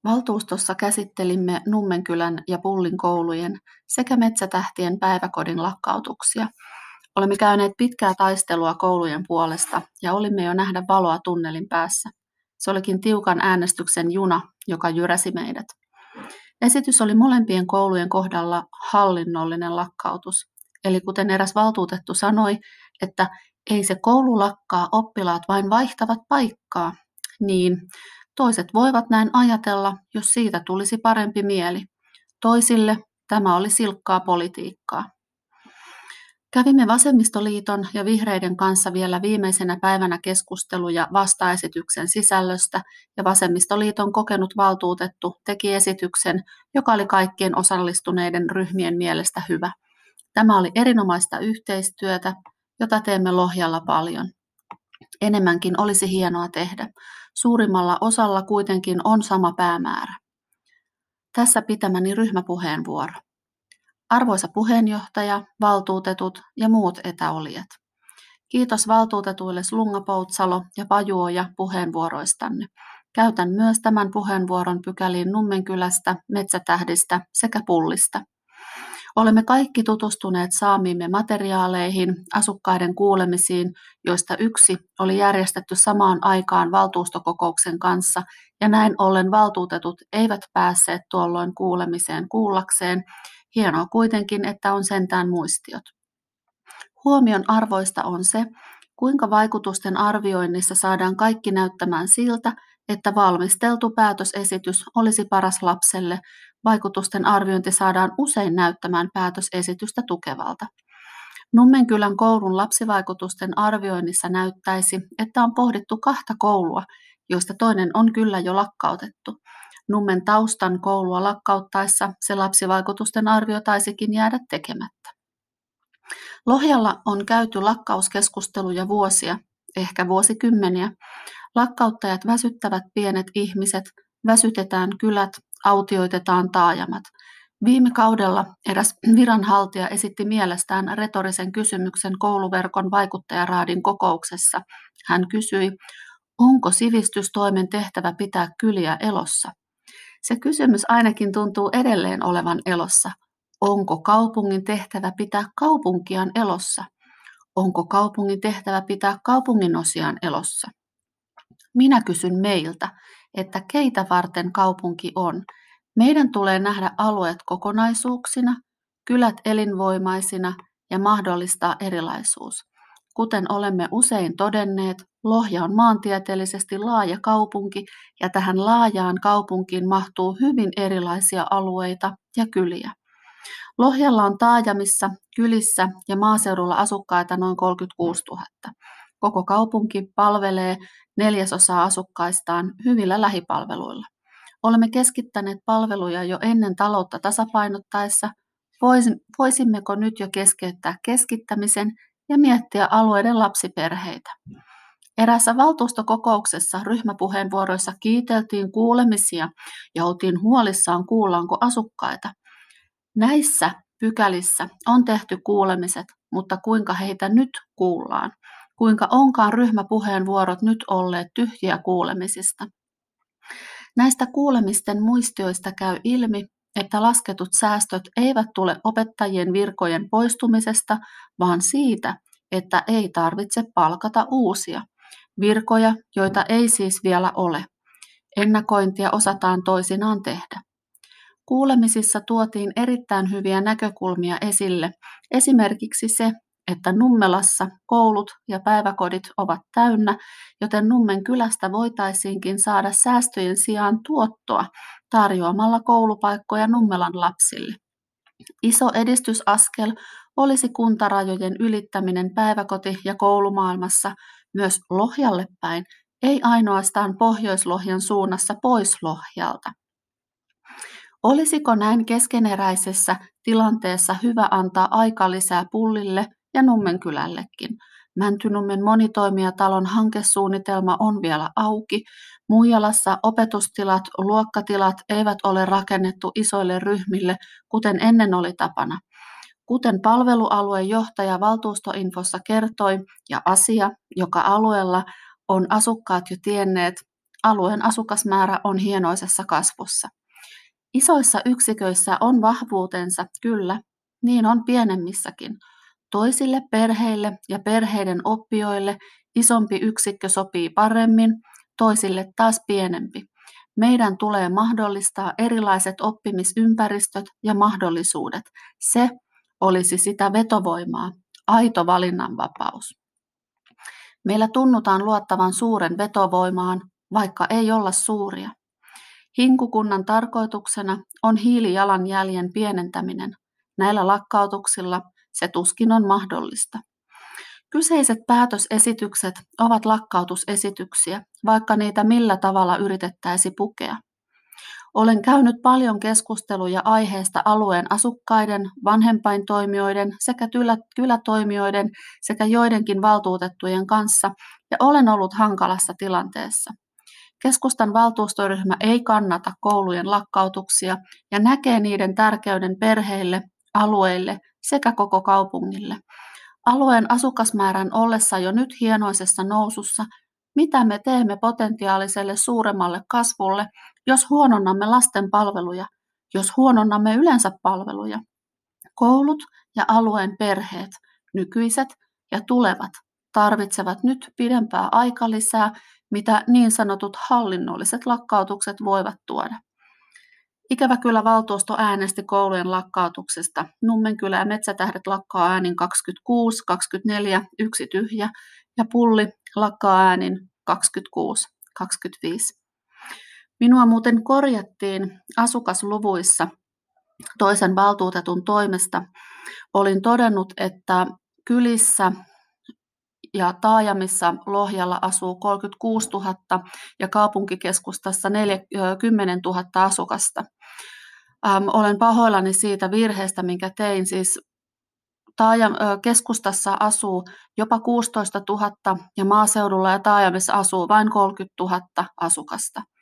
Valtuustossa käsittelimme Nummenkylän ja Pullin koulujen sekä Metsätähtien päiväkodin lakkautuksia. Olemme käyneet pitkää taistelua koulujen puolesta ja olimme jo nähdä valoa tunnelin päässä. Se olikin tiukan äänestyksen juna, joka jyräsi meidät. Esitys oli molempien koulujen kohdalla hallinnollinen lakkautus. Eli kuten eräs valtuutettu sanoi, että ei se koulu lakkaa, oppilaat vain vaihtavat paikkaa, niin toiset voivat näin ajatella, jos siitä tulisi parempi mieli. Toisille tämä oli silkkaa politiikkaa. Kävimme Vasemmistoliiton ja Vihreiden kanssa vielä viimeisenä päivänä keskusteluja vastaesityksen sisällöstä, ja Vasemmistoliiton kokenut valtuutettu teki esityksen, joka oli kaikkien osallistuneiden ryhmien mielestä hyvä. Tämä oli erinomaista yhteistyötä, jota teemme Lohjalla paljon. Enemmänkin olisi hienoa tehdä. Suurimmalla osalla kuitenkin on sama päämäärä. Tässä pitämäni ryhmäpuheenvuoro. Arvoisa puheenjohtaja, valtuutetut ja muut etäolijat. Kiitos valtuutetuille Slunga-Poutsalo ja Pajuoja puheenvuoroistanne. Käytän myös tämän puheenvuoron pykäliin Nummenkylästä, Metsätähdistä sekä Pullista. Olemme kaikki tutustuneet saamiimme materiaaleihin, asukkaiden kuulemisiin, joista yksi oli järjestetty samaan aikaan valtuustokokouksen kanssa, ja näin ollen valtuutetut eivät päässeet tuolloin kuulemiseen kuullakseen. Hienoa kuitenkin, että on sentään muistiot. Huomion arvoista on se, kuinka vaikutusten arvioinnissa saadaan kaikki näyttämään siltä, että valmisteltu päätösesitys olisi paras lapselle. Vaikutusten arviointi saadaan usein näyttämään päätösesitystä tukevalta. Nummenkylän koulun lapsivaikutusten arvioinnissa näyttäisi, että on pohdittu 2 koulua, joista toinen on kyllä jo lakkautettu. Nummen taustan koulua lakkauttaessa se lapsivaikutusten arvio taisikin jäädä tekemättä. Lohjalla on käyty lakkauskeskusteluja vuosia, ehkä vuosikymmeniä. Lakkauttajat väsyttävät pienet ihmiset, väsytetään kylät, autioitetaan taajamat. Viime kaudella eräs viranhaltija esitti mielestään retorisen kysymyksen kouluverkon vaikuttajaraadin kokouksessa. Hän kysyi, onko sivistystoimen tehtävä pitää kyliä elossa? Se kysymys ainakin tuntuu edelleen olevan elossa. Onko kaupungin tehtävä pitää kaupunkiaan elossa? Onko kaupungin tehtävä pitää kaupunginosiaan elossa? Minä kysyn meiltä, että keitä varten kaupunki on. Meidän tulee nähdä alueet kokonaisuuksina, kylät elinvoimaisina ja mahdollistaa erilaisuus. Kuten olemme usein todenneet, Lohja on maantieteellisesti laaja kaupunki ja tähän laajaan kaupunkiin mahtuu hyvin erilaisia alueita ja kyliä. Lohjalla on taajamissa, kylissä ja maaseudulla asukkaita noin 36 000. Koko kaupunki palvelee 1/4 asukkaistaan hyvillä lähipalveluilla. Olemme keskittäneet palveluja jo ennen taloutta tasapainottaessa. Voisimmeko nyt jo keskeyttää keskittämisen ja miettiä alueiden lapsiperheitä? Eräässä valtuustokokouksessa ryhmäpuheenvuoroissa kiiteltiin kuulemisia ja oltiin huolissaan, kuullaanko asukkaita. Näissä pykälissä on tehty kuulemiset, mutta kuinka heitä nyt kuullaan? Kuinka onkaan ryhmäpuheenvuorot nyt olleet tyhjiä kuulemisista? Näistä kuulemisten muistioista käy ilmi, että lasketut säästöt eivät tule opettajien virkojen poistumisesta, vaan siitä, että ei tarvitse palkata uusia virkoja, joita ei siis vielä ole. Ennakointia osataan toisinaan tehdä. Kuulemisissa tuotiin erittäin hyviä näkökulmia esille, esimerkiksi se, että Nummelassa koulut ja päiväkodit ovat täynnä, joten Nummen kylästä voitaisiinkin saada säästöjen sijaan tuottoa tarjoamalla koulupaikkoja Nummelan lapsille. Iso edistysaskel olisi kuntarajojen ylittäminen päiväkoti- ja koulumaailmassa myös Lohjalle päin, ei ainoastaan Pohjois-Lohjan suunnassa pois Lohjalta. Olisiko näin keskeneräisessä tilanteessa hyvä antaa aika lisää Pullille ja Nummenkylällekin? Mäntynummen monitoimijatalon hankesuunnitelma on vielä auki. Muijalassa opetustilat, luokkatilat eivät ole rakennettu isoille ryhmille, kuten ennen oli tapana. Kuten palvelualueen johtaja valtuustoinfossa kertoi, ja asia, joka alueella on asukkaat jo tienneet, alueen asukasmäärä on hienoisessa kasvussa. Isoissa yksiköissä on vahvuutensa, kyllä, niin on pienemmissäkin. Toisille perheille ja perheiden oppijoille isompi yksikkö sopii paremmin, toisille taas pienempi. Meidän tulee mahdollistaa erilaiset oppimisympäristöt ja mahdollisuudet. Se olisi sitä vetovoimaa, aito valinnanvapaus. Meillä tunnutaan luottavan suuren vetovoimaan, vaikka ei olla suuria. Hinkukunnan tarkoituksena on hiilijalanjäljen pienentäminen. Näillä lakkautuksilla se tuskin on mahdollista. Kyseiset päätösesitykset ovat lakkautusesityksiä, vaikka niitä millä tavalla yritettäisi pukea. Olen käynyt paljon keskusteluja aiheesta alueen asukkaiden, vanhempaintoimijoiden sekä kylätoimijoiden sekä joidenkin valtuutettujen kanssa ja olen ollut hankalassa tilanteessa. Keskustan valtuustoryhmä ei kannata koulujen lakkautuksia ja näkee niiden tärkeyden perheille, alueille sekä koko kaupungille. Alueen asukasmäärän ollessa jo nyt hienoisessa nousussa, mitä me teemme potentiaaliselle suuremmalle kasvulle, jos huononnamme lasten palveluja, jos huononnamme yleensä palveluja? Koulut ja alueen perheet, nykyiset ja tulevat, tarvitsevat nyt pidempää aikalisää, mitä niin sanotut hallinnolliset lakkautukset voivat tuoda. Ikävä kyllä valtuusto äänesti koulujen lakkautuksesta. Nummenkylä ja Metsätähdet lakkaa äänin 26, 24, 1 tyhjä ja Pulli lakkaa äänin 26, 25. Minua muuten korjattiin asukasluvuissa toisen valtuutetun toimesta. Olin todennut, että kylissä ja taajamissa Lohjalla asuu 36 000 ja kaupunkikeskustassa 40 000 asukasta. Olen pahoillani siitä virheestä, minkä tein. Siis keskustassa asuu jopa 16 000 ja maaseudulla ja taajamissa asuu vain 30 000 asukasta.